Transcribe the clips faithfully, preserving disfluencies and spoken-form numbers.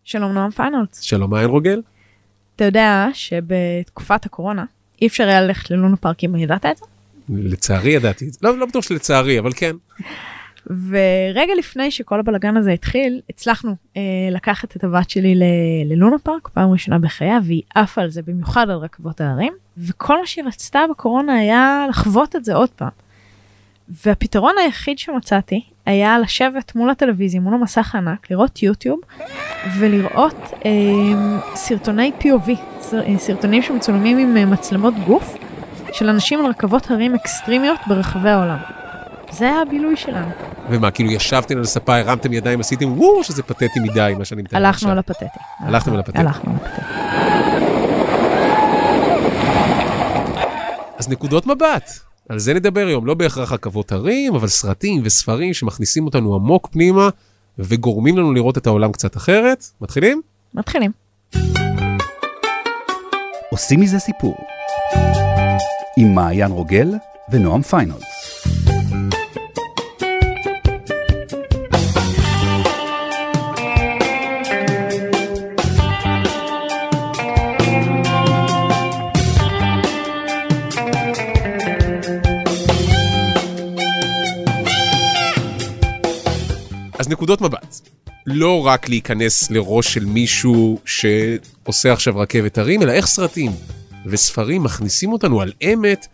שלום נועם פיינולס. שלום מעיין רוגל. אתה יודע שבתקופת הקורונה אי אפשר היה ללכת ללונה פארקים, ידעת את זה? לצערי ידעתי את זה. לא, לא בטוח שלצערי, אבל כן. ורגע לפני שכל הבלגן הזה התחיל, הצלחנו אה, לקחת את הבת שלי ל- ללונה פארק, פעם ראשונה בחייה, והיא עפה על זה במיוחד על רכבות ההרים, וכל מה שהיא רצתה בקורונה היה לחוות את זה עוד פעם. והפתרון היחיד שמצאתי היה לשבת מול הטלוויזיה, מול המסך הענק, לראות יוטיוב, ולראות אה, סרטוני פי או וי, סרטונים שמצולמים עם מצלמות גוף, של אנשים על רכבות הרים אקסטרימיות ברחבי העולם. זה היה הבילוי שלנו. ומה, כאילו ישבתם על הספה, הרמתם ידיים, עשיתם וואו, שזה פתטי מדי, מה שאני מתאר עכשיו. הלכנו על הפתטי. הלכתם על הפתטי. הלכנו על הפתטי. אז נקודות מבט. על זה נדבר היום, לא בהכרח רכבות הרים, אבל סרטים וספרים שמכניסים אותנו עמוק פנימה, וגורמים לנו לראות את העולם קצת אחרת. מתחילים? מתחילים. עושים מזה סיפור. עם מעיין רוגל ונועם פיינולס. אז נקודות מבט. לא רק להיכנס לראש של מישהו שעושה עכשיו רכבת הרים, אלא איך סרטים וספרים מכניסים אותנו על אמת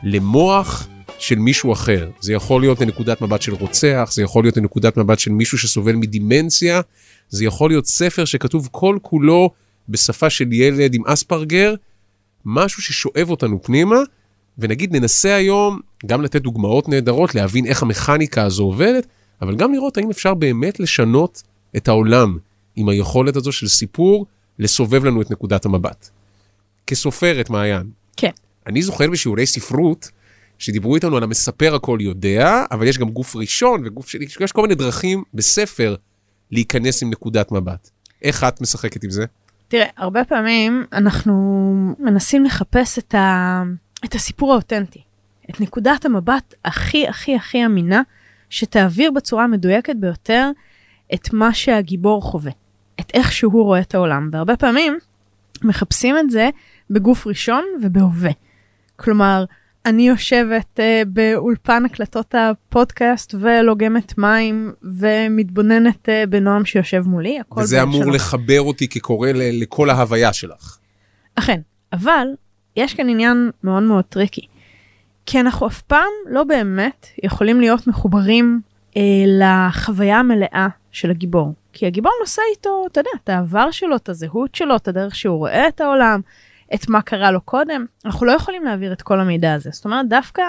למוח של מישהו אחר. זה יכול להיות לנקודת מבט של רוצח, זה יכול להיות לנקודת מבט של מישהו שסובל מדימנציה, זה יכול להיות ספר שכתוב כל כולו בשפה של ילד עם אספרגר, משהו ששואב אותנו פנימה, ונגיד ננסה היום גם לתת דוגמאות נהדרות, להבין איך המכניקה הזו עובדת, אבל גם לראות האם אפשר באמת לשנות את העולם עם היכולת הזו של סיפור לסובב לנו את נקודת המבט. כסופרת, מעיין. כן. אני זוכר בשיעורי ספרות, שדיברו איתנו על המספר הכל יודע, אבל יש גם גוף ראשון וגוף שני, יש כל מיני דרכים בספר להיכנס עם נקודת מבט. איך את משחקת עם זה? תראה, הרבה פעמים אנחנו מנסים לחפש את, ה... את הסיפור האותנטי, את נקודת המבט הכי הכי הכי אמינה, שתעביר בצורה מדויקת ביותר את מה שהגיבור חווה, את איך שהוא רואה את העולם. והרבה פעמים מחפשים את זה בגוף ראשון ובהווה. כלומר, אני יושבת uh, באולפן הקלטות הפודקאסט ולוגמת מים ומתבוננת uh, בנועם שיושב מולי. וזה אמור שלו. לחבר אותי כקורא ל- לכל ההוויה שלך. אכן, אבל יש כאן עניין מאוד מאוד טריקי. כי אנחנו אף פעם לא באמת יכולים להיות מחוברים אה, לחוויה המלאה של הגיבור. כי הגיבור נושא איתו, אתה יודע, את העבר שלו, את הזהות שלו, את הדרך שהוא רואה את העולם, את מה קרה לו קודם. אנחנו לא יכולים להעביר את כל המידע הזה. זאת אומרת, דווקא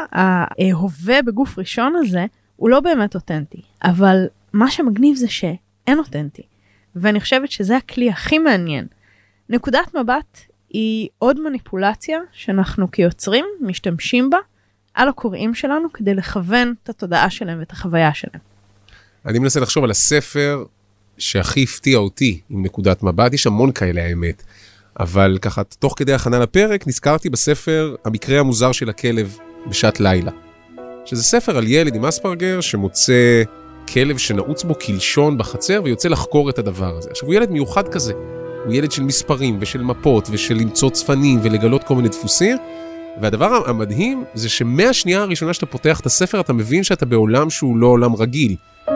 ההווה בגוף ראשון הזה, הוא לא באמת אותנטי. אבל מה שמגניב זה שאין אותנטי. ואני חושבת שזה הכלי הכי מעניין. נקודת מבט היא עוד מניפולציה שאנחנו כיוצרים משתמשים בה, על הקוראים שלנו כדי לכוון את התודעה שלהם ואת החוויה שלהם. אני מנסה לחשוב על הספר שהכי הפתיע אותי עם נקודת מבט, יש המון כאלה האמת, אבל ככה תוך כדי הכנה לפרק נזכרתי בספר המקרה המוזר של הכלב בשעת לילה, שזה ספר על ילד עם אספרגר שמוצא כלב שנעוץ בו קלשון בחצר ויוצא לחקור את הדבר הזה. עכשיו הוא ילד מיוחד כזה, הוא ילד של מספרים ושל מפות ושל למצוא צפנים ולגלות כל מיני דפוסים, והדבר המדהים זה שמהשנייה הראשונה שאתה פותח את הספר, אתה מבין שאתה בעולם שהוא לא עולם רגיל.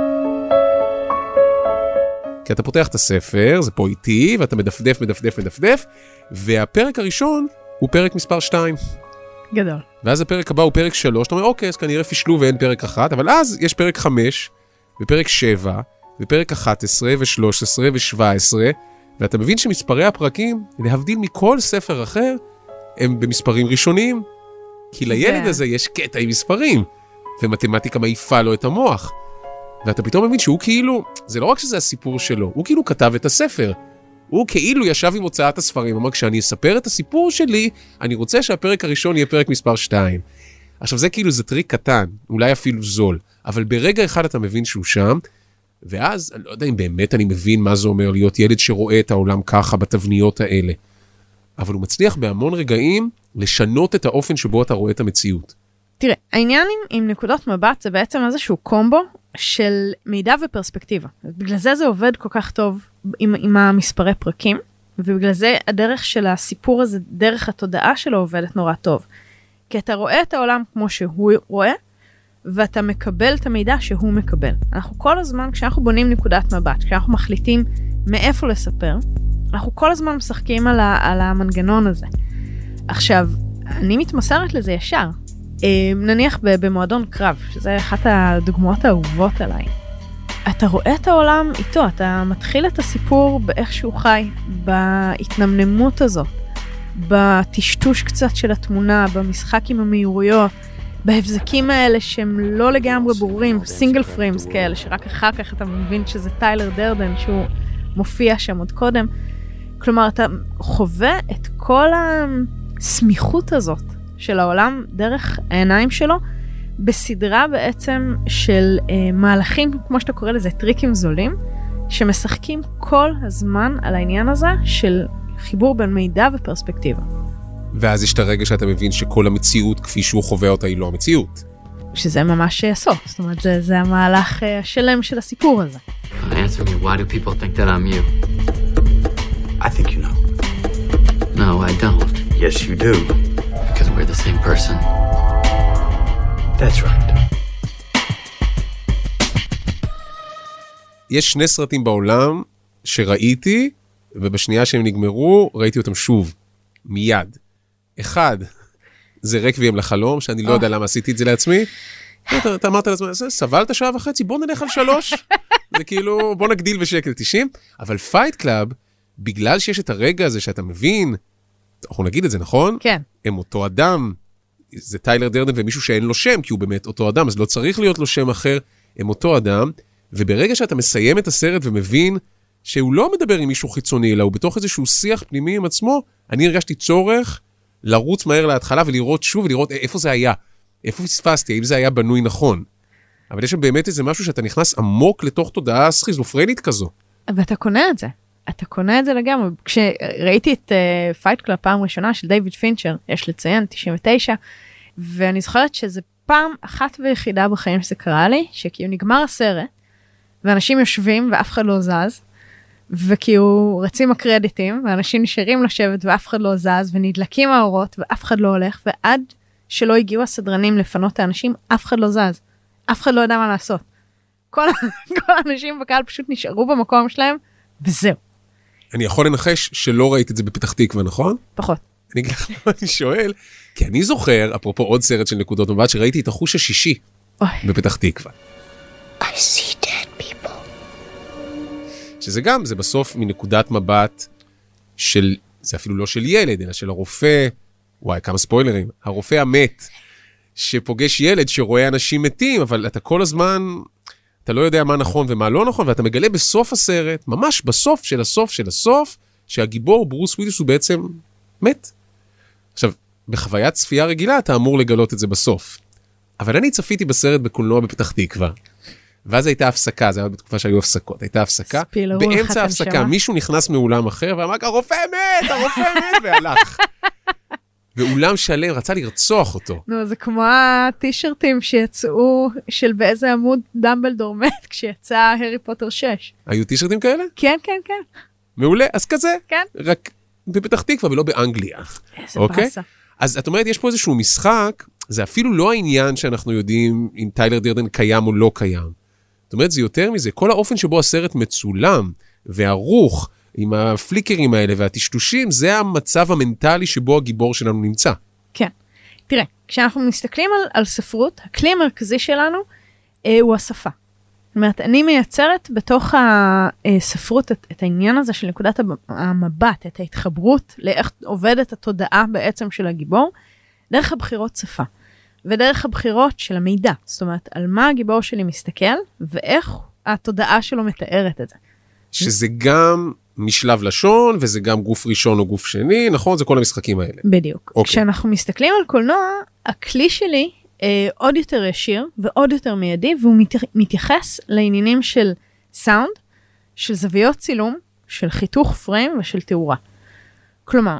כי אתה פותח את הספר, זה פה איתי, ואתה מדפדף, מדפדף, מדפדף, והפרק הראשון הוא פרק מספר שתיים. גדול. ואז הפרק הבא הוא פרק שלוש, אתה אומר, אוקיי, אז כנראה פישלו ואין פרק אחת, אבל אז יש פרק חמש, ופרק שבע, ופרק אחת עשרה, ושלוש עשרה, ושבע עשרה, ואתה מבין שמספרי הפרקים, להבדיל מכל ספר אחר, הם במספרים ראשונים, כי לילד הזה יש קטע עם מספרים, ומתמטיקה מעיפה לו את המוח. ואתה פתאום מבין שהוא כאילו, זה לא רק שזה הסיפור שלו, הוא כאילו כתב את הספר. הוא כאילו ישב עם הוצאת הספרים, אמר, כשאני אספר את הסיפור שלי, אני רוצה שהפרק הראשון יהיה פרק מספר שתיים. עכשיו זה כאילו, זה טריק קטן, אולי אפילו זול, אבל ברגע אחד אתה מבין שהוא שם, ואז, אני לא יודע אם באמת אני מבין מה זה אומר להיות ילד שרואה את העולם ככה בתבניות האלה. אבל הוא מצליח בהמון רגעים לשנות את האופן שבו אתה רואה את המציאות. תראה, העניין עם, עם נקודות מבט זה בעצם איזשהו קומבו של מידע ופרספקטיבה. בגלל זה זה עובד כל כך טוב עם, עם המספרי פרקים, ובגלל זה הדרך של הסיפור הזה, דרך התודעה שלו עובדת נורא טוב. כי אתה רואה את העולם כמו שהוא רואה, ואתה מקבל את המידע שהוא מקבל. אנחנו כל הזמן, כשאנחנו בונים נקודת מבט, כשאנחנו מחליטים מאיפה לספר, אנחנו כל הזמן משחקים על, ה, על המנגנון הזה. עכשיו, אני מתמסרת לזה ישר. נניח במועדון קרב, שזה אחת הדוגמאות האהובות עליי. אתה רואה את העולם איתו, אתה מתחיל את הסיפור באיך שהוא חי, בהתנמנמות הזאת, בטשטוש קצת של התמונה, במשחק עם המהירויות, בהבזקים האלה שהם לא לגמרי ברורים, סינגל פריימס כאלה, שרק אחר כך אתה מבין שזה טיילר דרדן, שהוא מופיע שם עוד קודם. כלומר, אתה חווה את כל הסמיכות הזאת של העולם דרך העיניים שלו, בסדרה בעצם של אה, מהלכים, כמו שאתה קורא לזה, טריקים זולים, שמשחקים כל הזמן על העניין הזה של חיבור בין מידע ופרספקטיבה. ואז יש את הרגע שאתה מבין שכל המציאות כפי שהוא חווה אותה היא לא המציאות. שזה ממש הסוף, זאת אומרת, זה, זה המהלך השלם של הסיפור הזה. Answer me, why do people think that I'm you? I think you know. No, I don't. Yes, you do. Because we're the same person. That's right. יש שני סרטים בעולם שראיתי, ובשנייה שהם נגמרו, ראיתי אותם שוב, מיד. אחד, זה רקוויאם לחלום, שאני לא יודע למה עשיתי את זה לעצמי. אתה אמרת לעצמי, סבלת שעה וחצי, בוא נלך על שלוש. זה כאילו, בוא נגדיל בשקל תשעים. אבל פייט קלאב, בגלל שיש את הרגע הזה שאתה מבין, אנחנו נגיד את זה, נכון? כן. הם אותו אדם, זה טיילר דרדן ומישהו שאין לו שם, כי הוא באמת אותו אדם, אז לא צריך להיות לו שם אחר, הם אותו אדם, וברגע שאתה מסיים את הסרט ומבין שהוא לא מדבר עם מישהו חיצוני, אלא הוא בתוך איזשהו שיח פנימי עם עצמו, אני הרגשתי צורך לרוץ מהר להתחלה ולראות שוב, ולראות איפה זה היה, איפה פספסתי, האם זה היה בנוי נכון. אבל יש שם באמת איזה משהו שאתה נכנס עמוק לתוך תודעה סכיזופרנית כזו. ואתה קונה את זה. אתה קונה את זה לגמרי. כשראיתי את פייט קלאב פעם ראשונה של דיוויד פינצ'ר, יש לציין, תשעים ותשע, ואני זוכרת שזה פעם אחת ויחידה בחיים שזה קרה לי, שכאילו נגמר הסרט, ואנשים יושבים ואף אחד לא זז, וכאילו רצים הקרדיטים, ואנשים נשארים לשבת ואף אחד לא זז, ונדלקים האורות ואף אחד לא הולך, ועד שלא הגיעו הסדרנים לפנות האנשים, אף אחד לא זז. אף אחד לא יודע מה לעשות. כל, כל האנשים בקהל פשוט נשארו במקום שלהם, וזהו. אני יכול לנחש שלא ראית את זה בפתח תקווה, נכון? פחות. אני אגיד לך מה אני שואל, כי אני זוכר, אפרופו עוד סרט של נקודות מבט, שראיתי את החוש השישי אוי. בפתח תקווה. I see dead people. שזה גם, זה בסוף מנקודת מבט של, זה אפילו לא של ילד, אלא של הרופא, וואי, כמה ספוילרים, הרופא המת, שפוגש ילד שרואה אנשים מתים, אבל אתה כל הזמן, אתה לא יודע מה נכון ומה לא נכון, ואתה מגלה בסוף הסרט, ממש בסוף של הסוף של הסוף, שהגיבור ברוס וויליס הוא בעצם מת. עכשיו, בחוויית צפייה רגילה אתה אמור לגלות את זה בסוף. אבל אני צפיתי בסרט בקולנוע בפתח תקווה, ואז הייתה הפסקה, זה היה בתקופה שהיו הפסקות, הייתה הפסקה, באמצע ההפסקה מישהו נכנס מאולם אחר, ואמר, הרופא מת, הרופא מת, והלך. ואולם שלם רצה לרצוח אותו. נו, זה כמו הטישרטים שיצאו של באיזה עמוד דמבלדור מת, כשיצא הארי פוטר שש. היו טישרטים כאלה? כן, כן, כן. מעולה, אז כזה. כן. רק בפתח תקווה ולא באנגליה. איזה אוקיי? באסה. אז את אומרת, יש פה איזשהו משחק, זה אפילו לא העניין שאנחנו יודעים אם טיילר דרדן קיים או לא קיים. זאת אומרת, זה יותר מזה, כל האופן שבו הסרט מצולם וערוך, עם הפליקרים האלה והטשטושים, זה המצב המנטלי שבו הגיבור שלנו נמצא. כן. תראה, כשאנחנו מסתכלים על, על ספרות, הכלי המרכזי שלנו אה, הוא השפה. זאת אומרת, אני מייצרת בתוך הספרות את, את העניין הזה של נקודת המבט, את ההתחברות לאיך עובדת התודעה בעצם של הגיבור, דרך הבחירות שפה. ודרך הבחירות של המידע. זאת אומרת, על מה הגיבור שלי מסתכל, ואיך התודעה שלו מתארת את זה. שזה גם משלב לשון, וזה גם גוף ראשון או גוף שני, נכון? זה כל המשחקים האלה. בדיוק. אוקיי. כשאנחנו מסתכלים על קולנוע, הכלי שלי אה, עוד יותר ישיר, ועוד יותר מיידי, והוא מתייחס לעניינים של סאונד, של זוויות צילום, של חיתוך פריים ושל תאורה. כלומר,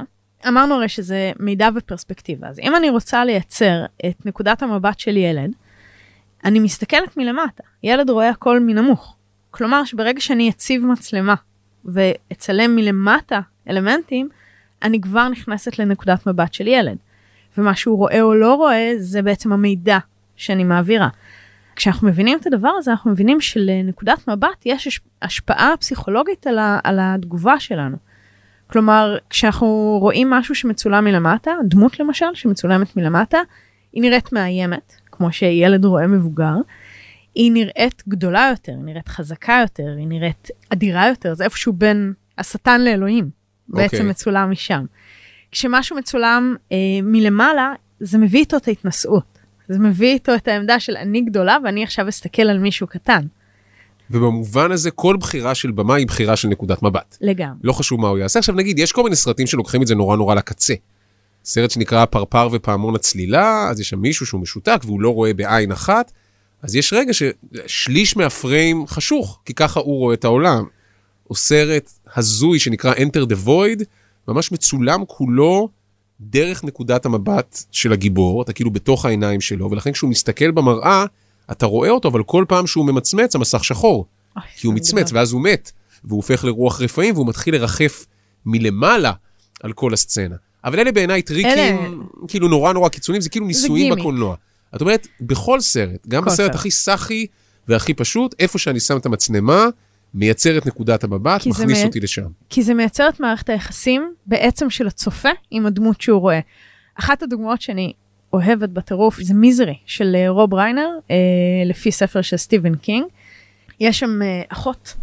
אמרנו הרי שזה מידע ופרספקטיבה, אז אם אני רוצה לייצר את נקודת המבט של ילד, אני מסתכלת מלמטה, ילד רואה הכל מנמוך. כלומר שברגע שאני אציב מצלמה ואצלם מלמטה אלמנטים, אני כבר נכנסת לנקודת מבט של ילד. ומה שהוא רואה או לא רואה, זה בעצם המידע שאני מעבירה. כשאנחנו מבינים את הדבר הזה, אנחנו מבינים שלנקודת מבט יש השפעה פסיכולוגית על, ה, על התגובה שלנו. כלומר, כשאנחנו רואים משהו שמצולם מלמטה, דמות למשל שמצולמת מלמטה, היא נראית מאיימת, כמו שילד רואה מבוגר, היא נראית גדולה יותר, היא נראית חזקה יותר, היא נראית אדירה יותר, זה איפשהו בין השטן לאלוהים, okay. בעצם מצולם משם. כשמשהו מצולם אה, מלמעלה, זה מביא איתו את ההתנסות, זה מביא איתו את העמדה של אני גדולה, ואני עכשיו אסתכל על מישהו קטן. ובמובן הזה, כל בחירה של במה היא בחירה של נקודת מבט. לגמרי. לא חשוב מה הוא יעשה. עכשיו נגיד, יש כל מיני סרטים שלוקחים את זה נורא נורא לקצה. סרט שנקרא פרפר ופעמון הצלילה, אז יש שם מישהו שהוא משותק, והוא לא רואה בעין אחת, אז יש רגע ששליש מהפריים חשוך, כי ככה הוא רואה את העולם. או סרט הזוי שנקרא Enter the Void, ממש מצולם כולו דרך נקודת המבט של הגיבור, אתה כאילו בתוך העיניים שלו, ולכן כשהוא מסתכל במראה, אתה רואה אותו, אבל כל פעם שהוא ממצמץ, המסך שחור. אוי, כי הוא מצמץ, גדול. ואז הוא מת, והוא הופך לרוח רפאים, והוא מתחיל לרחף מלמעלה על כל הסצנה. אבל אלה בעיניי טריקים, אלה... כאילו נורא נורא קיצוניים, זה כאילו ניסויים בקולנוע. את אומרת, בכל סרט, גם בסרט סרט. הכי סחי והכי פשוט, איפה שאני שם את המצלמה, מייצר את נקודת המבט, מכניס מי... אותי לשם. כי זה מייצר את מערכת היחסים, בעצם של הצופה, עם הדמות שהוא רואה. אחת הדוגמאות שאני אוהבת בטירוף, זה מיזרי, של רוב ריינר, אה, לפי ספר של סטיבן קינג. יש שם אה, אחות,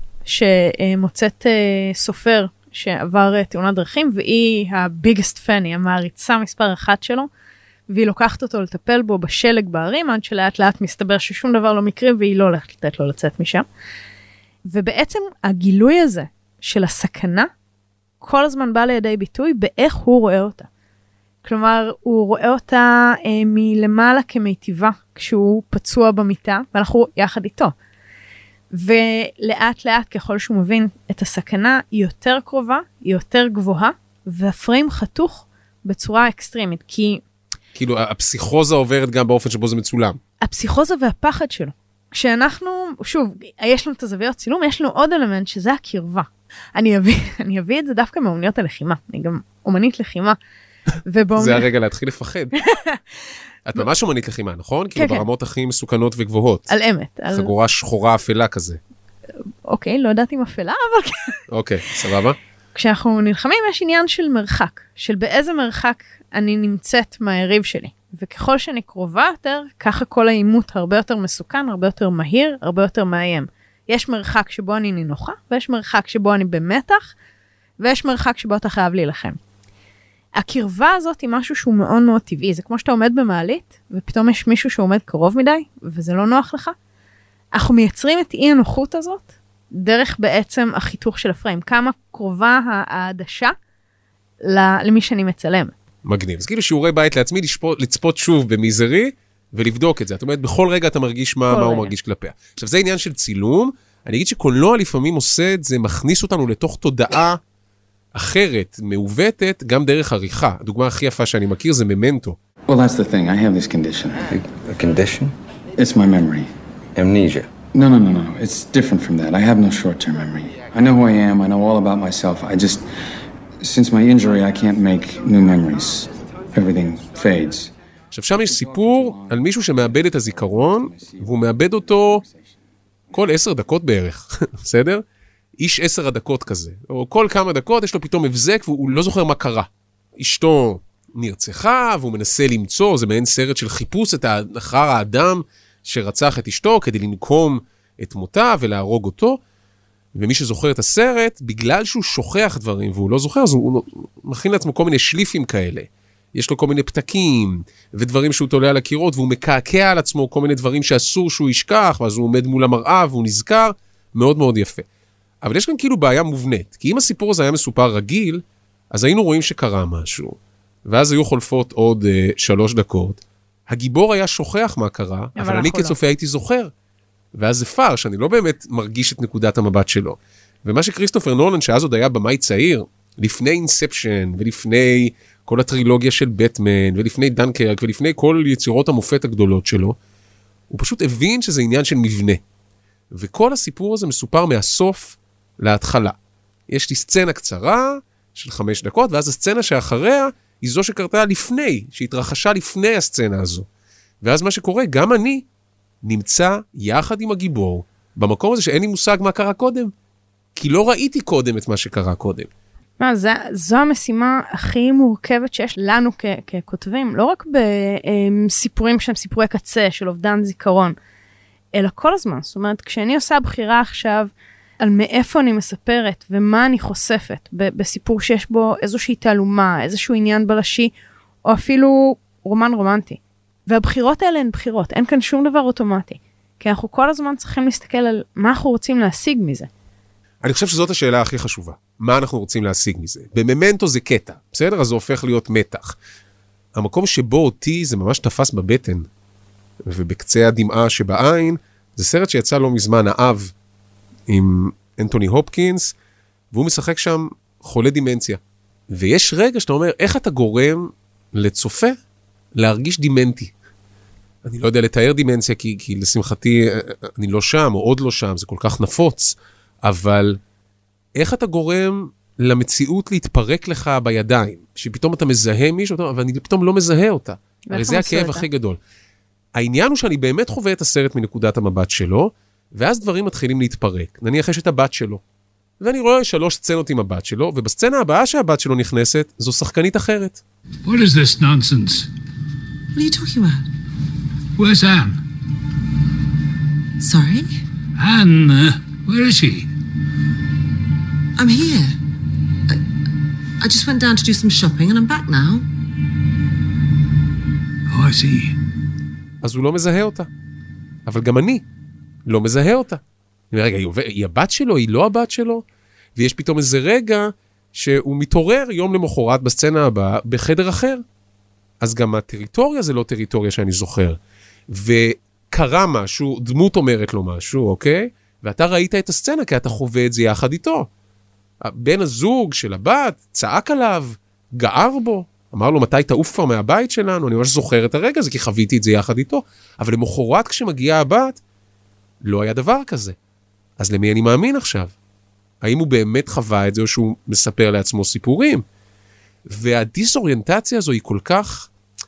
שמוצאת אה, סופר, שעבר תאונת דרכים, והיא הביגסט פן, היא המעריצה מספר אחת שלו, והיא לוקחת אותו לטפל בו בשלג בערים, עד שלאט לאט מסתבר ששום דבר לא מקרי, והיא לא הולכת לתת לו לצאת משם. ובעצם הגילוי הזה של הסכנה, כל הזמן בא לידי ביטוי באיך הוא רואה אותה. כלומר, הוא רואה אותה אה, מלמעלה כמיטיבה, כשהוא פצוע במיטה, ואנחנו יחד איתו. ולאט לאט ככל שהוא מבין את הסכנה, היא יותר קרובה, היא יותר גבוהה, והפריים חתוך בצורה אקסטרימית, כי... כאילו, הפסיכוזה עוברת גם באופן שבו זה מצולם. הפסיכוזה והפחד שלו. כשאנחנו, שוב, יש לנו את הזוויות צילום, יש לנו עוד אלמנט שזה הקרבה. אני אביא, אני אביא את זה דווקא מאומניות הלחימה. אני גם אומנית לחימה. ובאומניות... זה הרגע להתחיל לפחד. את ממש אומנית לחימה, נכון? כאילו ברמות הכי מסוכנות וגבוהות. על אמת. חגורה שחורה אפלה כזה. אוקיי, לא יודעת אם אפלה, אבל כן. אוקיי, סבבה. כשאנחנו נלחמים יש עניין של מרחק, של באיזה מרחק אני נמצאת מהיריב שלי. וככל שאני קרובה יותר, ככה כל האימות הרבה יותר מסוכן, הרבה יותר מהיר, הרבה יותר מאיים. יש מרחק שבו אני נינוחה, ויש מרחק שבו אני במתח, ויש מרחק שבו אתה חייב להילחם. הקרבה הזאת היא משהו שהוא מאוד מאוד טבעי, זה כמו שאתה עומד במעלית, ופתאום יש מישהו שעומד קרוב מדי, וזה לא נוח לך. אנחנו מייצרים את אי הנוחות הזאת, דרך בעצם החיתוך של הפריים, כמה קרובה העדשה למי שאני מצלמת. מגניב. אז כאילו שיעורי בית לעצמי, לצפות, לצפות שוב במיזרי, ולבדוק את זה. זאת אומרת, בכל רגע אתה מרגיש מה, מה הוא מרגיש כלפיה. עכשיו, זה עניין של צילום. אני אגיד שקולנוע לפעמים עושה את זה, מכניס אותנו לתוך תודעה אחרת, מעוותת, גם דרך עריכה. הדוגמה הכי יפה שאני מכיר זה ממנטו. Well, that's the thing. I have this condition. A condition? It's my memory. Amnesia. No, no, no, no. It's different from that. I have no short-term memory. I know who I am. I know all about myself. I just, since my injury, I can't make new memories. Everything fades. עכשיו, שם יש סיפור על מישהו שמאבד את הזיכרון, והוא מאבד אותו כל עשר דקות בערך, בסדר? איש עשר הדקות כזה. או כל כמה דקות יש לו פתאום הבזק, והוא לא זוכר מה קרה. אשתו נרצחה, והוא מנסה למצוא, זה מעין סרט של חיפוש את אחר האדם שרצח את אשתו, כדי לנקום את מותה ולהרוג אותו. ומי שזוכר את הסרט, בגלל שהוא שוכח דברים, והוא לא זוכר, אז הוא מכין לעצמו כל מיני שליפים כאלה. יש לו כל מיני פתקים, ודברים שהוא תולה על הקירות, והוא מקעקע על עצמו כל מיני דברים שאסור שהוא ישכח, ואז הוא עומד מול המראה, והוא נזכר, מאוד מאוד יפה. אבל יש כאן כאילו בעיה מובנית, כי אם הסיפור הזה היה מסופר רגיל, אז היינו רואים שקרה משהו, ואז היו חולפות עוד uh, שלוש דקות, הגיבור היה שוכח מה קרה, אבל, אבל אני כצופה לא. הייתי זוכר, ואז זה פר, שאני לא באמת מרגיש את נקודת המבט שלו. ומה שכריסטופר נולן, שאז עוד היה במאי צעיר, לפני אינספשן, ולפני כל הטרילוגיה של בטמן, ולפני דנקרק, ולפני כל יצירות המופת הגדולות שלו, הוא פשוט הבין שזה עניין של מבנה. וכל הסיפור הזה מסופר מהסוף להתחלה. יש לי סצנה קצרה של חמש דקות, ואז הסצנה שאחריה היא זו שקרתה לפני, שהתרחשה לפני הסצנה הזו. ואז מה שקורה, גם אני נמצא יחד עם הגיבור, במקום הזה שאין לי מושג מה קרה קודם, כי לא ראיתי קודם את מה שקרה קודם. מה, זה, זו המשימה הכי מורכבת שיש לנו כ- ככותבים, לא רק בסיפורים שהם סיפורי קצה של אובדן זיכרון, אלא כל הזמן. זאת אומרת, כשאני עושה בחירה עכשיו על מאיפה אני מספרת ומה אני חושפת ב- בסיפור שיש בו איזושהי תעלומה, איזשהו עניין בלשי, או אפילו רומן רומנטי. והבחירות האלה הן בחירות, אין כאן שום דבר אוטומטי. כי אנחנו כל הזמן צריכים להסתכל על מה אנחנו רוצים להשיג מזה. אני חושב שזאת השאלה הכי חשובה. מה אנחנו רוצים להשיג מזה? בממנטו זה קטע, בסדר? אז זה הופך להיות מתח. המקום שבו אותי זה ממש תפס בבטן, ובקצה הדמעה שבעין, זה סרט שיצא לא מזמן, האב, עם אנטוני הופקינס, והוא משחק שם חולה דימנציה. ויש רגע שאתה אומר, איך אתה גורם לצופה להרגיש דימנטי? אני לא יודע לתאר דימנציה, כי, כי לשמחתי אני לא שם, או עוד לא שם, זה כל כך נפוץ, אבל איך אתה גורם למציאות להתפרק לך בידיים, שפתאום אתה מזהה מישהו, אבל אני פתאום לא מזהה אותה. הרי זה הכאב הכי גדול. העניין הוא שאני באמת חווה את הסרט מנקודת המבט שלו, ואז דברים מתחילים להתפרק. נניח יש את הבת שלו, ואני רואה שלוש סצנות עם הבת שלו, ובסצנה הבאה שהבת שלו נכנסת, זו שחקנית אחרת. What is this nonsense? What are you talking about? Where's Anne? Sorry? Anne, uh, where is she? I'm here. I, I just went down to do some shopping and I'm back now. Oh, I see. אז הוא לא מזהה אותה. אבל גם אני לא מזהה אותה. אני אומר, רגע, היא, עובר, היא הבת שלו, היא לא הבת שלו? ויש פתאום איזה רגע שהוא מתעורר יום למחרת בסצנה הבאה בחדר אחר. אז גם הטריטוריה זה לא טריטוריה שאני זוכר. וקרה משהו, דמות אומרת לו משהו, אוקיי? ואתה ראית את הסצנה כי אתה חווה את זה יחד איתו. בן הזוג של הבת צעק עליו, גער בו, אמר לו מתי תעוף כבר מהבית שלנו, אני ממש זוכר את הרגע הזה כי חוויתי את זה יחד איתו. אבל למחרת כשמגיעה הבת, לא היה דבר כזה. אז למי אני מאמין עכשיו? האם הוא באמת חווה את זה או שהוא מספר לעצמו סיפורים? והדיסאוריינטציה הזו היא כל כך,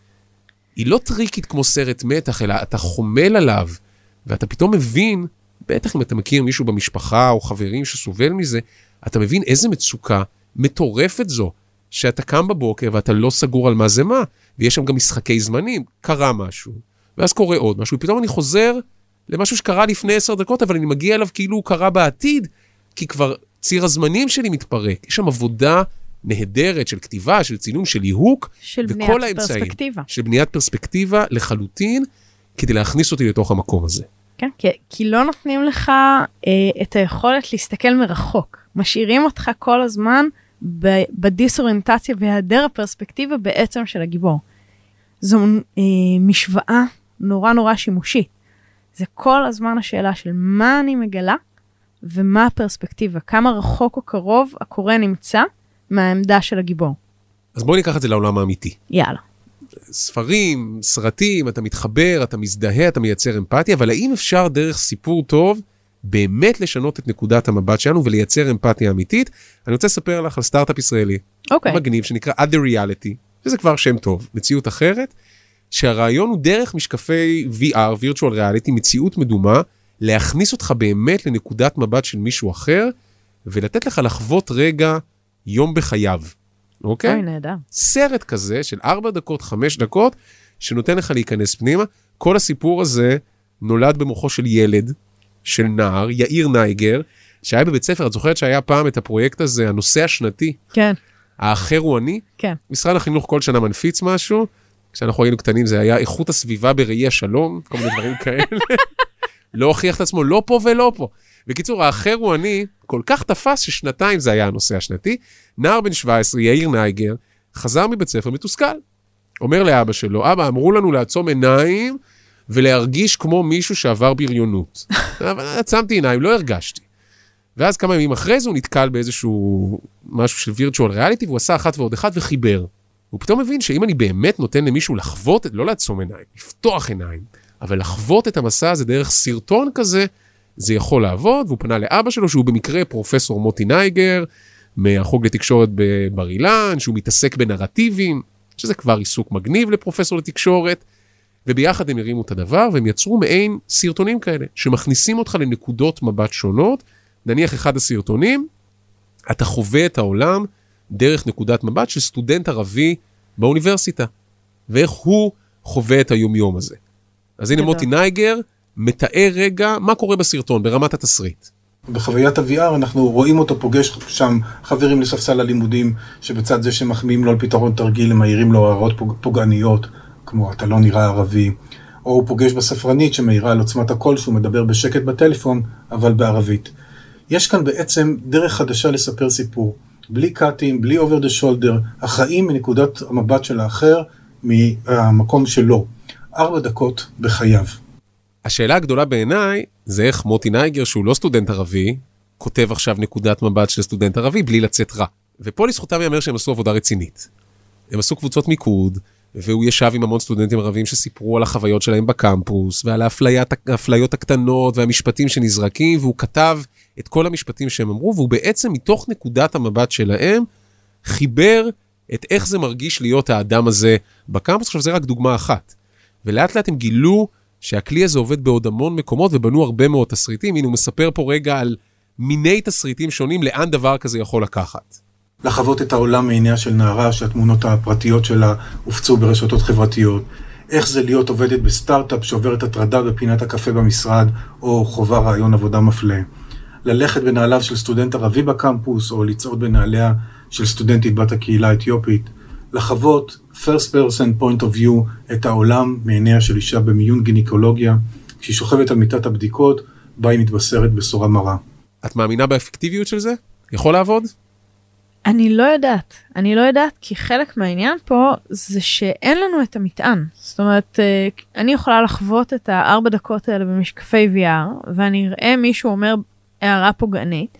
היא לא טריקית כמו סרט מתח, אלא אתה חומל עליו, ואתה פתאום מבין, בטח אם אתה מכיר מישהו במשפחה או חברים שסובל מזה, אתה מבין איזה מצוקה מטורפת זו, שאתה קם בבוקר ואתה לא סגור על מה זה מה, ויש שם גם משחקי זמנים, קרה משהו, ואז קורה עוד משהו, ופתאום אני חוזר למשהו שקרה לפני עשר דקות, אבל אני מגיע אליו כאילו הוא קרה בעתיד, כי כבר ציר הזמנים שלי מתפרק. יש שם עבודה נהדרת של כתיבה, של צילום, של ליהוק, של בניית פרספקטיבה. של בניית פרספקטיבה לחלוטין, כדי להכניס אותי לתוך המקום הזה. כן, כי, כי לא נותנים לך אה, את היכולת להסתכל מרחוק. משאירים אותך כל הזמן ב- בדיסאוריינטציה והיעדר הפרספקטיבה בעצם של הגיבור. זו אה, משוואה נורא נורא שימושית. זה כל הזמן השאלה של מה אני מגלה, ומה הפרספקטיבה, כמה רחוק או קרוב הקורא נמצא מהעמדה של הגיבור. אז בואי ניקח את זה לעולם האמיתי. יאללה. ספרים, סרטים, אתה מתחבר, אתה מזדהה, אתה מייצר אמפתיה, אבל האם אפשר דרך סיפור טוב באמת לשנות את נקודת המבט שלנו ולייצר אמפתיה אמיתית? אני רוצה לספר לך על סטארט-אפ ישראלי, אוקיי. מגניב, שנקרא Other Reality, שזה כבר שם טוב, מציאות אחרת, שהרעיון הוא דרך משקפי וי אר, Virtual Reality, מציאות מדומה, להכניס אותך באמת לנקודת מבט של מישהו אחר, ולתת לך לחוות רגע יום בחייו. אוקיי? אוי, נהדר. סרט כזה של ארבע דקות, חמש דקות, שנותן לך להיכנס פנימה. כל הסיפור הזה נולד במוחו של ילד, של נער, יאיר נייגר, שהיה בבית ספר, את זוכרת שהיה פעם את הפרויקט הזה, הנושא השנתי. כן. האחר הוא אני. כן. משרד החינוך כל שנה מנפיץ משהו, כשאנחנו היינו קטנים זה היה איכות הסביבה בראי השלום, כל מיני דברים כאלה. לא הוכיח את עצמו, לא פה ולא פה. בקיצור, האחר הוא אני, כל כך תפס ששנתיים זה היה הנושא השנתי, נער בן שבע עשרה, יאיר נייגר, חזר מבית ספר מתוסכל. אומר לאבא שלו, אבא, אמרו לנו לעצום עיניים, ולהרגיש כמו מישהו שעבר בריונות. אבל עצמתי עיניים, לא הרגשתי. ואז כמה ימים אחרי זה הוא נתקל באיזשהו משהו של וירטואל ריאליטי, והוא עשה אחת ועוד אחד וחיבר. הוא פתאום מבין שאם אני באמת נותן למישהו לחוות, לא לעצום עיניים, לפתוח עיניים, אבל לחוות את המסע הזה דרך סרטון כזה, זה יכול לעבוד, והוא פנה לאבא שלו, שהוא במקרה פרופסור מוטי נייגר, מהחוג לתקשורת בבר אילן, שהוא מתעסק בנרטיבים, שזה כבר עיסוק מגניב לפרופסור לתקשורת, וביחד הם הרימו את הדבר, והם יצרו מעין סרטונים כאלה, שמכניסים אותך לנקודות מבט שונות, נניח אחד הסרטונים, אתה חווה את העולם דרך נקודת מבט של סטודנט ערבי באוניברסיטה, ואיך הוא חווה את היומיום הזה. אז הנה מוטי נייגר מתאר רגע מה קורה בסרטון, ברמת התסריט. בחוויית ה-וי אר אנחנו רואים אותו פוגש שם חברים לספסל הלימודים, שבצד זה שמחמיאים לו על פתרון תרגיל, הם מעירים לו הערות פוג... פוגעניות, כמו אתה לא נראה ערבי, או הוא פוגש בספרנית שמעירה על עוצמת הקול שהוא מדבר בשקט בטלפון, אבל בערבית. יש כאן בעצם דרך חדשה לספר סיפור, בלי קאטים, בלי over the shoulder, החיים מנקודת המבט של האחר, מהמקום שלו. ארבע דקות בחייו. השאלה הגדולה בעיניי, זה איך מוטי נייגר, שהוא לא סטודנט ערבי, כותב עכשיו נקודת מבט של סטודנט ערבי, בלי לצאת רע. ופה לזכותם יאמר שהם עשו עבודה רצינית. הם עשו קבוצות מיקוד, והוא ישב עם המון סטודנטים ערבים שסיפרו על החוויות שלהם בקמפוס, ועל האפליות הקטנות והמשפטים שנזרקים, והוא כתב את כל המשפטים שהם אמרו, והוא בעצם מתוך נקודת המבט שלהם, חיבר את איך זה מרגיש להיות האדם הזה בקמפוס. עכשיו זה רק דוגמה אחת. ולאט לאט הם גילו שהכלי הזה עובד בעוד המון מקומות, ובנו הרבה מאוד תסריטים. הנה הוא מספר פה רגע על מיני תסריטים שונים, לאן דבר כזה יכול לקחת. לחוות את העולם מעיניה של נערה, שהתמונות הפרטיות שלה הופצו ברשתות חברתיות. איך זה להיות עובדת בסטארט-אפ שעוברת הטרדה בפינת הקפה במשרד, או חובה רעיון עבודה מפלה. ללכת בנעליו של סטודנט ערבי בקמפוס, או לצעוד בנעליה של סטודנטית בת הקהילה האתיופית. לחוות first person point of view את העולם מעיניה של אישה במיון גינקולוגיה, כשהיא שוכבת על מיטת הבדיקות, בה היא מתבשרת בשורה מרה. את מאמינה באפקטיביות של זה? יכול לעבוד? אני לא יודעת. אני לא יודעת, כי חלק מהעניין פה זה שאין לנו את המטען. זאת אומרת, אני יכולה לחוות את הארבע דקות האלה במשקפי וי אר, ואני אראה מישהו אומר הערה פוגענית,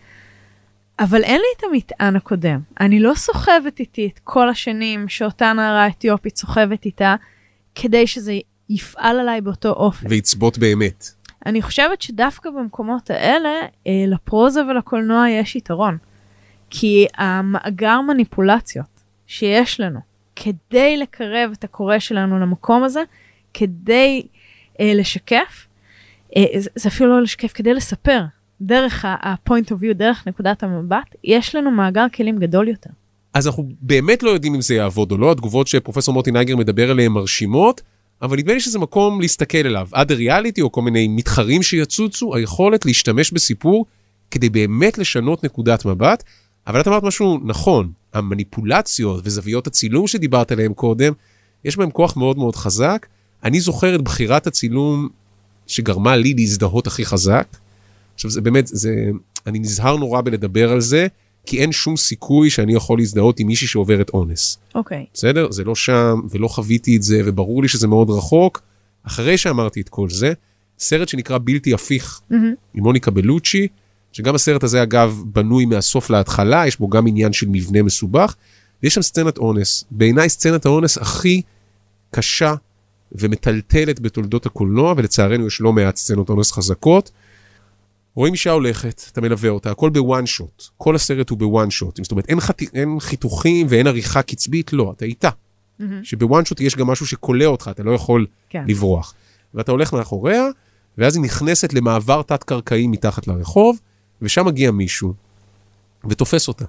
אבל אין לי את המטען הקודם. אני לא סוחבת איתי את כל השנים שאותה נערה אתיופית סוחבת איתה, כדי שזה יפעל עליי באותו אופן. ויצבות באמת. אני חושבת שדווקא במקומות האלה, לפרוזה ולקולנוע יש יתרון. כי המאגר מניפולציות שיש לנו, כדי לקרב את הקורא שלנו למקום הזה, כדי אה, לשקף, אה, זה, זה אפילו לא לשקף, כדי לספר, דרך ה-point of view, דרך נקודת המבט, יש לנו מאגר כלים גדול יותר. אז אנחנו באמת לא יודעים אם זה יעבוד או לא, התגובות שפרופסור מוטי נייגר מדבר עליהן מרשימות, אבל נדמה לי שזה מקום להסתכל אליו, עד הריאליטי או כל מיני מתחרים שיצוצו, היכולת להשתמש בסיפור, כדי באמת לשנות נקודת מבט, אבל את אמרת משהו נכון, המניפולציות וזוויות הצילום שדיברת עליהם קודם, יש בהם כוח מאוד מאוד חזק. אני זוכר את בחירת הצילום שגרמה לי להזדהות הכי חזק. עכשיו זה באמת, זה, אני נזהר נורא בלדבר על זה, כי אין שום סיכוי שאני יכול להזדהות עם מישהי שעוברת אונס. אוקיי. בסדר? זה לא שם, ולא חוויתי את זה, וברור לי שזה מאוד רחוק. אחרי שאמרתי את כל זה, סרט שנקרא בלתי הפיך, mm-hmm. עם מוניקה בלוצ'י, שגם הסרט הזה אגב בנוי מהסוף להתחלה, יש בו גם עניין של מבנה מסובך, ויש שם סצנת אונס. בעיניי סצנת האונס הכי קשה ומטלטלת בתולדות הקולנוע, ולצערנו יש לא מעט סצנות אונס חזקות. רואים אישה הולכת, אתה מלווה אותה, הכל בוואן שוט. כל הסרט הוא בוואן שוט. זאת אומרת, אין, חת... אין חיתוכים ואין עריכה קצבית, לא, אתה איתה. Mm-hmm. שבוואן שוט יש גם משהו שקולה אותך, אתה לא יכול כן. לברוח. ואתה הולך מאחוריה, ואז היא נכנסת למעבר תת-קרקעי מתחת לרחוב, ושם מגיע מישהו, ותופס אותה,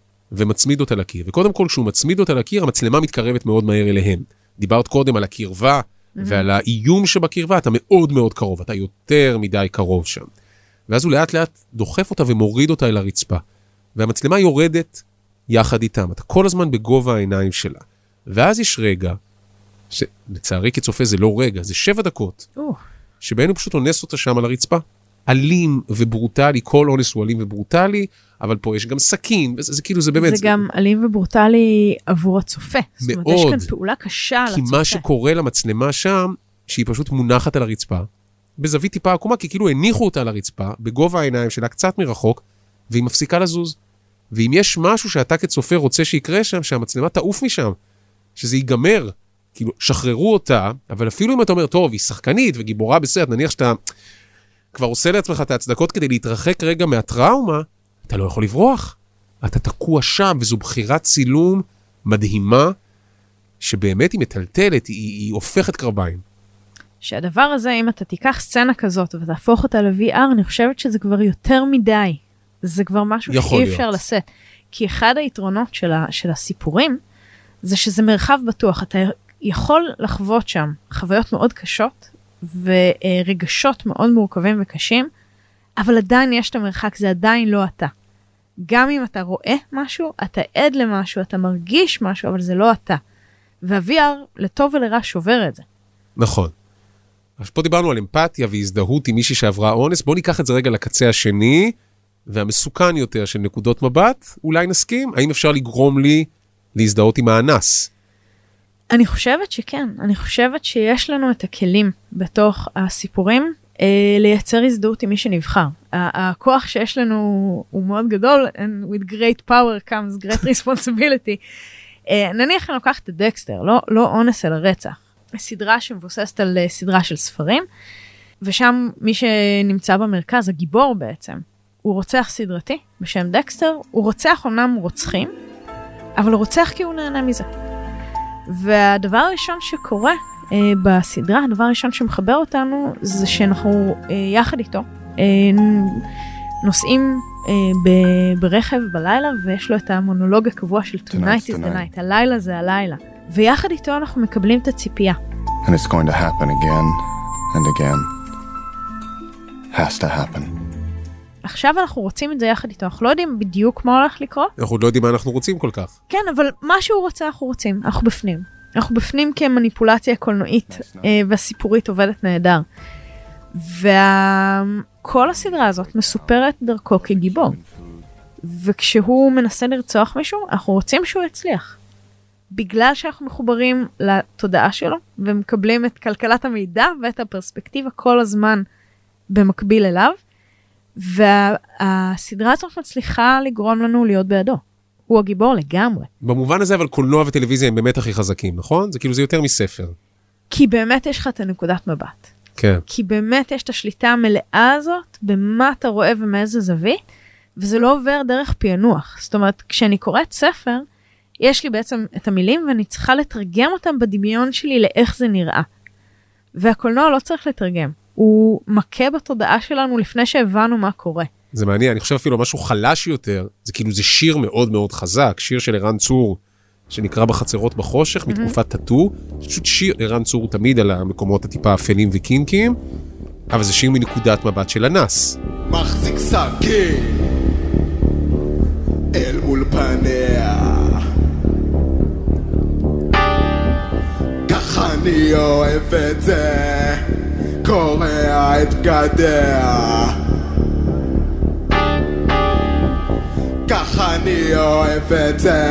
ומצמיד אותה לקיר. וקודם כל, כשהוא מצמיד אותה לקיר, המצלמה מתקרבת מאוד מהר אליהם. דיברת קודם על הקרבה, mm-hmm. ועל האיום שבקרבה, אתה מאוד מאוד קרוב, אתה יותר מדי קרוב שם. ואז הוא לאט לאט דוחף אותה ומוריד אותה אל הרצפה. והמצלמה יורדת יחד איתם. אתה כל הזמן בגובה העיניים שלה. ואז יש רגע, שלצערי כצופה זה לא רגע, זה שבע דקות, uh. שבהן הוא פשוט אונס אותה שם על הרצפה. אלים וברוטלי, כל אונס הוא אלים וברוטלי, אבל פה יש גם סכין, וזה זה, כאילו זה באמת... זה גם אלים וברוטלי עבור הצופה. מאוד. זאת אומרת, יש כאן פעולה קשה על הצופה. כי מה שקורה למצלמה שם, שהיא פשוט מונחת על הרצפה, בזווית טיפה עקומה, כי כאילו הניחו אותה על הרצפה, בגובה העיניים שלה קצת מרחוק, והיא מפסיקה לזוז. ואם יש משהו שאתה כצופה רוצה שיקרה שם, שהמצלמה תעוף משם, שזה ייגמר, כאילו, שחררו אותה, אבל אפילו אם אתה אומר, טוב, היא שחקנית וגיבורה בסרט, נניח שאתה כבר עושה לעצמך את ההצדקות כדי להתרחק רגע מהטראומה, אתה לא יכול לברוח. אתה תקוע שם, וזו בחירת צילום מדהימה, שבאמת היא מטלטלת, היא, היא הופכת קרביים. שהדבר הזה, אם אתה תיקח סצנה כזאת, ותהפוך אותה ל-וי אר, אני חושבת שזה כבר יותר מדי. זה כבר משהו שאי אפשר לשאת. כי אחד היתרונות של, ה, של הסיפורים, זה שזה מרחב בטוח. אתה יכול לחוות שם חוויות מאוד קשות, ורגשות מאוד מורכבים וקשים, אבל עדיין יש את המרחק, זה עדיין לא אתה. גם אם אתה רואה משהו, אתה עד למשהו, אתה מרגיש משהו, אבל זה לא אתה. וה-וי אר, לטוב ולרע, שובר את זה. נכון. אז פה דיברנו על אמפתיה והזדהות עם מישהי שעברה אונס, בואו ניקח את זה רגע לקצה השני, והמסוכן יותר של נקודות מבט, אולי נסכים? האם אפשר לגרום לי להזדהות עם האנס? אני חושבת שכן. אני חושבת שיש לנו את הכלים בתוך הסיפורים, אה, לייצר הזדהות עם מי שנבחר. הכוח שיש לנו הוא מאוד גדול, and with great power comes great responsibility. אה, נניח אני לוקחת את דקסטר, לא, לא אונס אלא רצח. סדרה שמבוססת על סדרה של ספרים, ושם מי שנמצא במרכז, הגיבור בעצם, הוא רוצח סדרתי בשם דקסטר, הוא רוצח אומנם רוצחים, אבל הוא רוצח כי הוא נהנה מזה. והדבר הראשון שקורה אה, בסדרה, הדבר הראשון שמחבר אותנו, זה שאנחנו אה, יחד איתו, אה, נוסעים אה, ב- ברכב בלילה, ויש לו את המונולוג הקבוע של Tonight is the night, הלילה זה הלילה. ויחד איתו אנחנו מקבלים את הציפייה. And it's going to happen again and again. Has to happen. עכשיו אנחנו רוצים את זה יחד איתו, אנחנו לא יודעים בדיוק מה הולך לקרות. אנחנו לא יודעים מה אנחנו רוצים כל כך. כן, אבל מה שהוא רוצה אנחנו רוצים, אנחנו בפנים. אנחנו בפנים כמניפולציה קולנועית, והסיפורית עובדת נהדר. וכל הסדרה הזאת מסופרת דרכו כגיבור. וכשהוא מנסה לרצוח מישהו, אנחנו רוצים שהוא יצליח. בגלל שאנחנו מחוברים לתודעה שלו, ומקבלים את כלכלת המידע ואת הפרספקטיבה כל הזמן במקביל אליו, והסדרה הזאת מצליחה לגרום לנו להיות בידו. הוא הגיבור לגמרי. במובן הזה, אבל קולנוע וטלוויזיה הם באמת הכי חזקים, נכון? זה כאילו זה יותר מספר. כי באמת יש לך את הנקודת מבט. כן. כי באמת יש את השליטה המלאה הזאת, במה אתה רואה ומאיזה זווית, וזה לא עובר דרך פענוח. זאת אומרת, כשאני קוראת ספר, יש לי בעצם את המילים, ואני צריכה לתרגם אותם בדמיון שלי לאיך זה נראה. והקולנוע לא צריך לתרגם. הוא מכה בתודעה שלנו לפני שהבנו מה קורה. זה מעניין, אני חושב אפילו משהו חלש יותר, זה כאילו זה שיר מאוד מאוד חזק, שיר של ערן צור, שנקרא בחצרות בחושך, mm-hmm. מתקופת טאטו, פשוט שיר, ערן צור תמיד על המקומות הטיפה אפלים וקינקים, אבל זה שיר מנקודת מבט של אנס. מחזיק סכין אל מול פניה, ככה אני אוהב את זה, קורע את בגדיה, ככה אני אוהב את זה,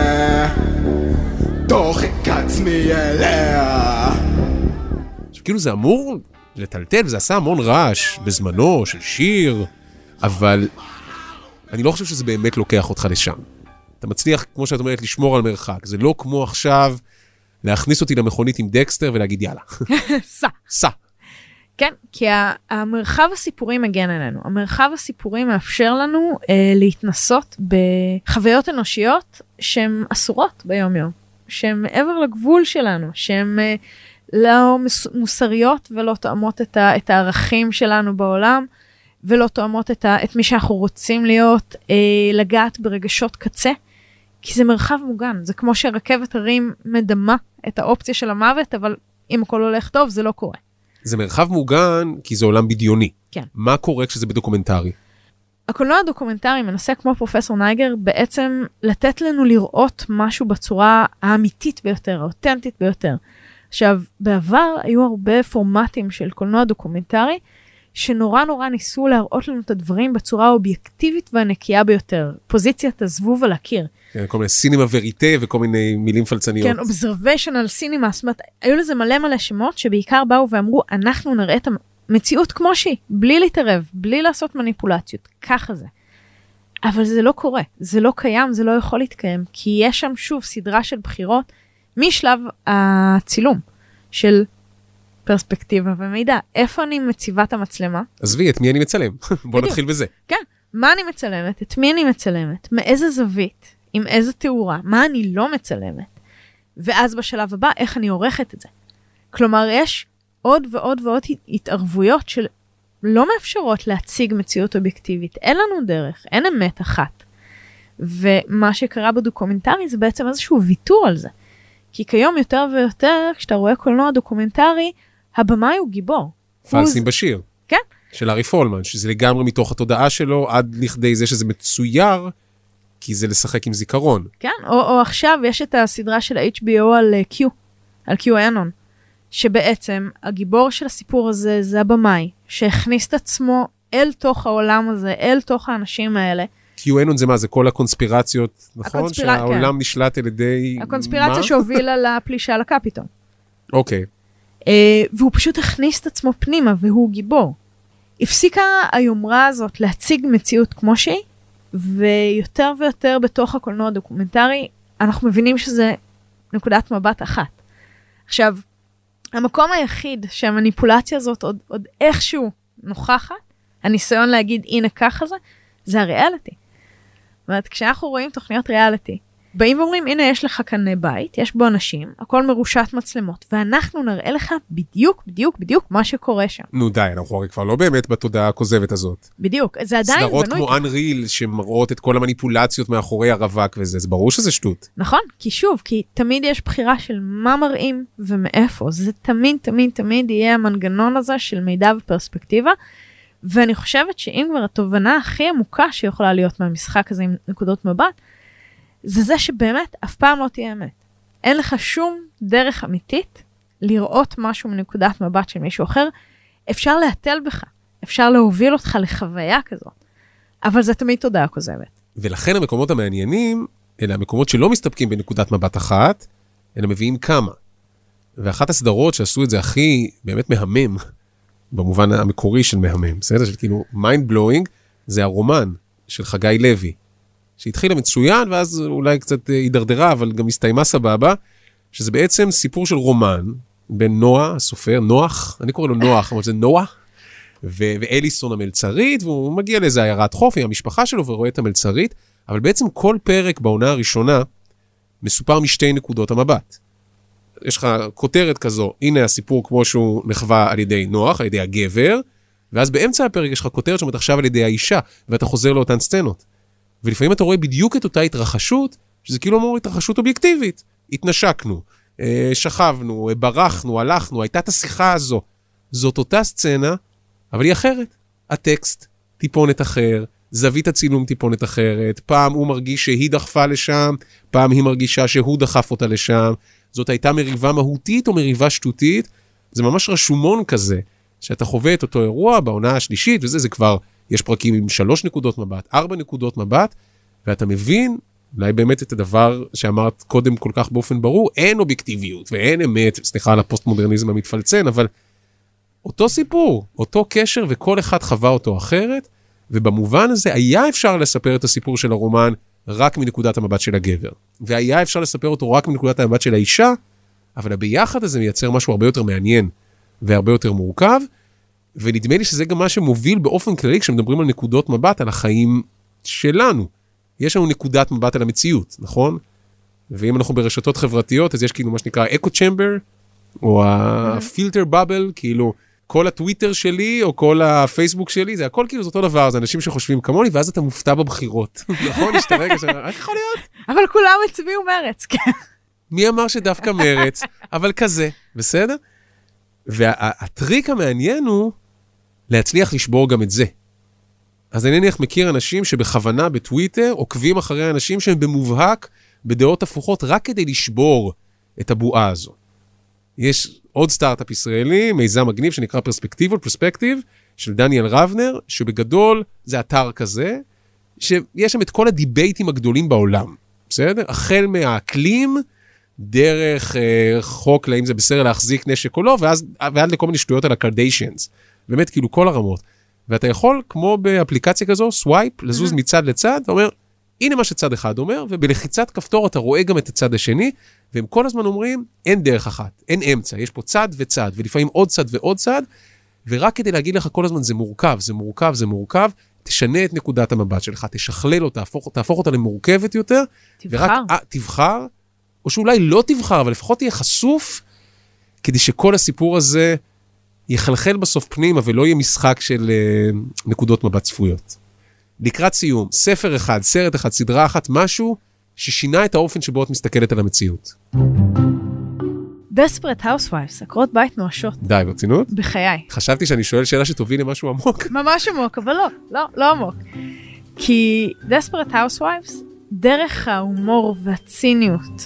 דוחק עצמי אליה. עכשיו כאילו זה אמור לטלטל, זה עשה המון רעש בזמנו של שיר, אבל אני לא חושב שזה באמת לוקח אותך לשם. אתה מצליח, כמו שאת אומרת, לשמור על מרחק. זה לא כמו עכשיו להכניס אותי למכונית עם דקסטר ולהגיד יאללה. סע. סע. כן, כי המרחב הסיפורי מגן עלינו. המרחב הסיפורי מאפשר לנו אה, להתנסות בחוויות אנושיות שהן אסורות ביום יום. שהן מעבר לגבול שלנו, שהן אה, לא מוסריות ולא תואמות את, ה, את הערכים שלנו בעולם, ולא תואמות את, ה, את מי שאנחנו רוצים להיות, אה, לגעת ברגשות קצה, כי זה מרחב מוגן. זה כמו שרכבת הרים מדמה את האופציה של המוות, אבל אם הכל הולך טוב, זה לא קורה. זה מרחב מוגן כי זה עולם בדיוני. כן. מה קורה כשזה בדוקומנטרי? הקולנוע הדוקומנטרי מנסה כמו פרופסור נייגר בעצם לתת לנו לראות משהו בצורה האמיתית ביותר, האותנטית ביותר. עכשיו, בעבר היו הרבה פורמטים של קולנוע דוקומנטרי, שנורא נורא ניסו להראות לנו את הדברים בצורה האובייקטיבית והנקייה ביותר. פוזיציית הזבוב על הקיר. כן, כל מיני סינימה וריטה וכל מיני מילים פלצניות. כן, observational cinema, זאת אומרת, היו לזה מלא מלא שמות שבעיקר באו ואמרו, אנחנו נראה את המציאות כמו שהיא, בלי להתערב, בלי לעשות מניפולציות, ככה זה. אבל זה לא קורה, זה לא קיים, זה לא יכול להתקיים, כי יש שם שוב סדרה של בחירות משלב הצילום של פרספקטיבה ומידע. איפה אני מציבה את המצלמה? עזבי, את מי אני מצלם? בוא נתחיל בזה. כן, מה אני מצלמת? את מי אני מצלמת? מאיזה זווית? עם איזה תאורה? מה אני לא מצלמת? ואז בשלב הבא, איך אני עורכת את זה? כלומר, יש עוד ועוד ועוד התערבויות שלא מאפשרות להציג מציאות אובייקטיבית. אין לנו דרך, אין אמת אחת. ומה שקרה בדוקומנטרי זה בעצם איזשהו ויתור על זה. כי כיום יותר ויותר, כשאתה רואה קולנוע דוקומנטרי, הבמאי הוא גיבור. פלסים בשיר. כן. של ארי פולמן, שזה לגמרי מתוך התודעה שלו, עד לכדי זה שזה מצויר, כי זה לשחק עם זיכרון. כן, או, או עכשיו יש את הסדרה של ה-אייץ' בי או על Q, על QAnon, שבעצם הגיבור של הסיפור הזה זה הבמאי, שהכניס את עצמו אל תוך העולם הזה, אל תוך האנשים האלה. QAnon זה מה? זה כל הקונספירציות, נכון? הקונספירה... שהעולם כן. נשלט על ידי... הקונספירציה מה? שהובילה לפלישה לקפיטול. אוקיי. Uh, והוא פשוט הכניס את עצמו פנימה, והוא גיבור. הפסיקה היומרה הזאת להציג מציאות כמו שהיא, ויותר ויותר בתוך הקולנוע הדוקומנטרי, אנחנו מבינים שזה נקודת מבט אחת. עכשיו, המקום היחיד שהמניפולציה הזאת עוד, עוד איכשהו נוכחת, הניסיון להגיד הנה ככה זה, זה הריאליטי. זאת אומרת, כשאנחנו רואים תוכניות ריאליטי, באים ואומרים, הנה יש לך כאן בית, יש בו אנשים, הכל מרושת מצלמות, ואנחנו נראה לך בדיוק, בדיוק, בדיוק מה שקורה שם. נו די, אנחנו הרי כבר לא באמת בתודעה הכוזבת הזאת. בדיוק, זה עדיין בנוי. סדרות כמו Unreal שמראות את כל המניפולציות מאחורי הרווק וזה, זה ברור שזה שטות. נכון, כי שוב, כי תמיד יש בחירה של מה מראים ומאיפה, זה תמיד, תמיד, תמיד יהיה המנגנון הזה של מידע ופרספקטיבה, ואני חושבת שאם כבר התובנה הכי עמוקה שיכולה להיות מהמשחק הזה עם נקודות מבט, זה זה שבאמת אף פעם לא תהיה אמת. אין לך שום דרך אמיתית לראות משהו מנקודת מבט של מישהו אחר. אפשר להטל בך, אפשר להוביל אותך לחוויה כזאת, אבל זה תמיד תודעה כוזבת. ולכן המקומות המעניינים, אלה המקומות שלא מסתפקים בנקודת מבט אחת, אלא מביאים כמה. ואחת הסדרות שעשו את זה הכי באמת מהמם, במובן המקורי של מהמם, בסדר? של כאילו mind blowing, זה הרומן של חגי לוי. שהתחילה מצוין, ואז אולי קצת הידרדרה, אבל גם הסתיימה סבבה, שזה בעצם סיפור של רומן, בין נועה, הסופר, נוח, אני קורא לו נוח, אבל זה נועה, ו- ואליסון המלצרית, והוא מגיע לאיזה עיירת חוף עם המשפחה שלו, ורואה את המלצרית, אבל בעצם כל פרק בעונה הראשונה, מסופר משתי נקודות המבט. יש לך כותרת כזו, הנה הסיפור כמו שהוא נחווה על ידי נוח, על ידי הגבר, ואז באמצע הפרק יש לך כותרת שאומרת עכשיו על ידי האישה, ואתה חוזר לאותן סצנות. ולפעמים אתה רואה בדיוק את אותה התרחשות, שזה כאילו אומר התרחשות אובייקטיבית. התנשקנו, שכבנו, ברחנו, הלכנו, הייתה את השיחה הזו. זאת אותה סצנה, אבל היא אחרת. הטקסט טיפונת אחר, זווית הצילום טיפונת אחרת, פעם הוא מרגיש שהיא דחפה לשם, פעם היא מרגישה שהוא דחף אותה לשם. זאת הייתה מריבה מהותית או מריבה שטותית. זה ממש רשומון כזה, שאתה חווה את אותו אירוע בעונה השלישית, וזה זה כבר... יש פרקים עם שלוש נקודות מבט, ארבע נקודות מבט, ואתה מבין, אולי באמת את הדבר שאמרת קודם כל כך באופן ברור, אין אובייקטיביות ואין אמת, סליחה על הפוסט-מודרניזם המתפלצן, אבל אותו סיפור, אותו קשר, וכל אחד חווה אותו אחרת, ובמובן הזה היה אפשר לספר את הסיפור של הרומן רק מנקודת המבט של הגבר, והיה אפשר לספר אותו רק מנקודת המבט של האישה, אבל הביחד הזה מייצר משהו הרבה יותר מעניין, והרבה יותר מורכב, ונדמה לי שזה גם מה שמוביל באופן כללי, כשמדברים על נקודות מבט, על החיים שלנו. יש לנו נקודת מבט על המציאות, נכון? ואם אנחנו ברשתות חברתיות, אז יש כאילו מה שנקרא אקו צ'מבר, או הפילטר בבל, כאילו כל הטוויטר שלי, או כל הפייסבוק שלי, זה הכל כאילו זה אותו דבר, זה אנשים שחושבים כמוני, ואז אתה מופתע בבחירות. נכון? יש את הרגע שאתה, איך יכול להיות? אבל כולם הצביעו מרץ, כן. מי אמר שדווקא מרץ? אבל כזה, בסדר? והטריק המעניין הוא להצליח לשבור גם את זה. אז אני נניח מכיר אנשים שבכוונה בטוויטר עוקבים אחרי אנשים שהם במובהק בדעות הפוכות רק כדי לשבור את הבועה הזו. יש עוד סטארט-אפ ישראלי, מיזם מגניב שנקרא פרספקטיב, פרספקטיב, של דניאל רבנר, שבגדול זה אתר כזה, שיש שם את כל הדיבייטים הגדולים בעולם. בסדר? החל מהאקלים, דרך אה, חוק לאם זה בסדר להחזיק נשק או לא, ואז, ועד לכל מיני שטויות על הקרדיישנס. באמת, כאילו, כל הרמות. ואתה יכול, כמו באפליקציה כזו, סווייפ, לזוז מצד לצד, אתה אומר, הנה מה שצד אחד אומר, ובלחיצת כפתור אתה רואה גם את הצד השני, והם כל הזמן אומרים, אין דרך אחת, אין אמצע, יש פה צד וצד, ולפעמים עוד צד ועוד צד, ורק כדי להגיד לך כל הזמן, זה מורכב, זה מורכב, זה מורכב, תשנה את נקודת המבט שלך, תשכלל אותה, תהפוך, תהפוך אותה למורכבת יותר, תבחר. ורק, 아, תבחר, או שאולי לא תבחר, אבל לפחות תהיה חשוף, כדי שכל הסיפור הזה יחלחל בסוף פנימה, ולא יהיה משחק של uh, נקודות מבט צפויות. לקראת סיום, ספר אחד, סרט אחד, סדרה אחת, משהו ששינה את האופן שבו את מסתכלת על המציאות. Desperate Housewives, עקרות בית נואשות. די, ברצינות? בחיי. חשבתי שאני שואל שאלה שתוביל למשהו עמוק. ממש עמוק, אבל לא, לא, לא עמוק. כי Desperate Housewives, דרך ההומור והציניות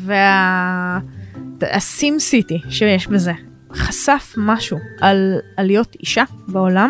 והסים סיטי שיש בזה, חשף משהו על, על להיות אישה בעולם,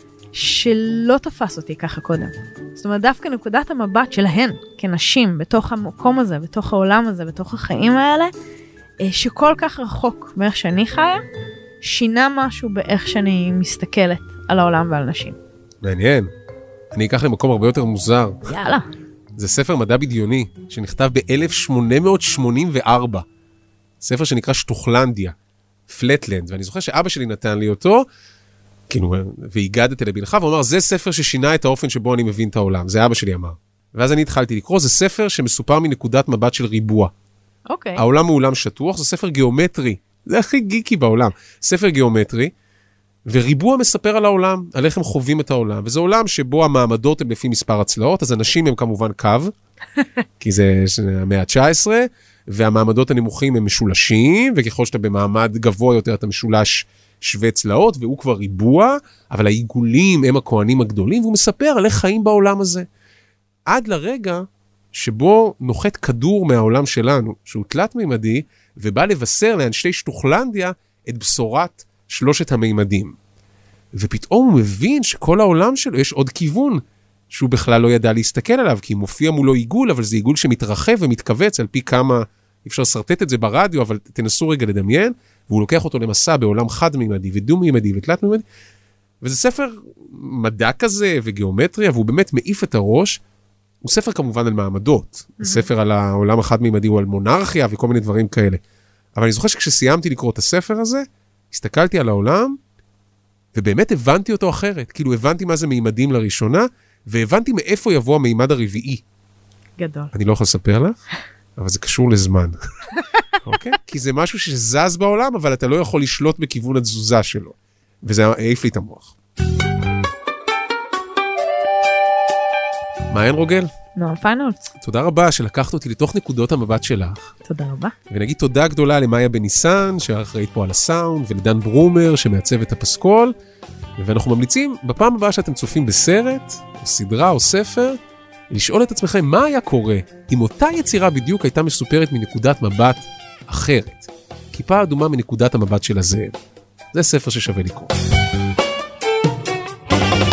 שלא תפס אותי ככה קודם. זאת אומרת, דווקא נקודת המבט שלהן, כנשים, בתוך המקום הזה, בתוך העולם הזה, בתוך החיים האלה, שכל כך רחוק מאיך שאני חיה, שינה משהו באיך שאני מסתכלת על העולם ועל נשים. מעניין. אני אקח למקום הרבה יותר מוזר. יאללה. זה ספר מדע בדיוני, שנכתב ב-אלף שמונה מאות שמונים וארבע. ספר שנקרא שטוחלנדיה, פלטלנד, ואני זוכר שאבא שלי נתן לי אותו, כאילו, והגדתי לבנך, ואומר, זה ספר ששינה את האופן שבו אני מבין את העולם. זה אבא שלי אמר. ואז אני התחלתי לקרוא, זה ספר שמסופר מנקודת מבט של ריבוע. אוקיי. העולם הוא עולם שטוח, זה ספר גיאומטרי. זה הכי גיקי בעולם. ספר גיאומטרי, וריבוע מספר על העולם, על איך הם חווים את העולם. וזה עולם שבו המעמדות הם לפי מספר הצלעות, אז אנשים הם כמובן קו, כי זה המאה ה-תשע עשרה, והמעמדות הנמוכים הם משולשים, וככל שאתה במעמד גבוה יותר אתה משולש שווה צלעות, והוא כבר ריבוע, אבל העיגולים הם הכהנים הגדולים, והוא מספר על איך חיים בעולם הזה. עד לרגע שבו נוחת כדור מהעולם שלנו, שהוא תלת-מימדי, ובא לבשר לאנשי שטוחלנדיה את בשורת שלושת המימדים. ופתאום הוא מבין שכל העולם שלו יש עוד כיוון, שהוא בכלל לא ידע להסתכל עליו, כי מופיע מולו עיגול, אבל זה עיגול שמתרחב ומתכווץ על פי כמה, אפשר לסרטט את זה ברדיו, אבל תנסו רגע לדמיין, והוא לוקח אותו למסע בעולם חד-מימדי ודו-מימדי ותלת-מימדי, וזה ספר מדע כזה וגיאומטריה, והוא באמת מעיף את הראש. הוא ספר כמובן על מעמדות, mm-hmm. ספר על העולם החד-מימדי, הוא על מונרכיה וכל מיני דברים כאלה. אבל אני זוכר שכשסיימתי לקרוא את הספר הזה, הסתכלתי על העולם, ובאמת הבנתי אותו אחרת. כאילו הבנתי מה זה מימדים לראשונה, והבנתי מאיפה יבוא המימד הרביעי. גדול. אני לא יכול לספר לך, אבל זה קשור לזמן. אוקיי? כי זה משהו שזז בעולם, אבל אתה לא יכול לשלוט בכיוון התזוזה שלו. וזה העיף לי את המוח. מעיין רוגל? נועם פיינולס. תודה רבה שלקחת אותי לתוך נקודות המבט שלך. תודה רבה. ונגיד תודה גדולה למאיה בניסן, שאחראית פה על הסאונד, ולדן ברומר, שמעצב את הפסקול. ואנחנו ממליצים, בפעם הבאה שאתם צופים בסרט, או סדרה או ספר, לשאול את עצמכם מה היה קורה אם אותה יצירה בדיוק הייתה מסופרת מנקודת מבט אחרת. כיפה אדומה מנקודת המבט של הזאב. זה ספר ששווה לקרוא.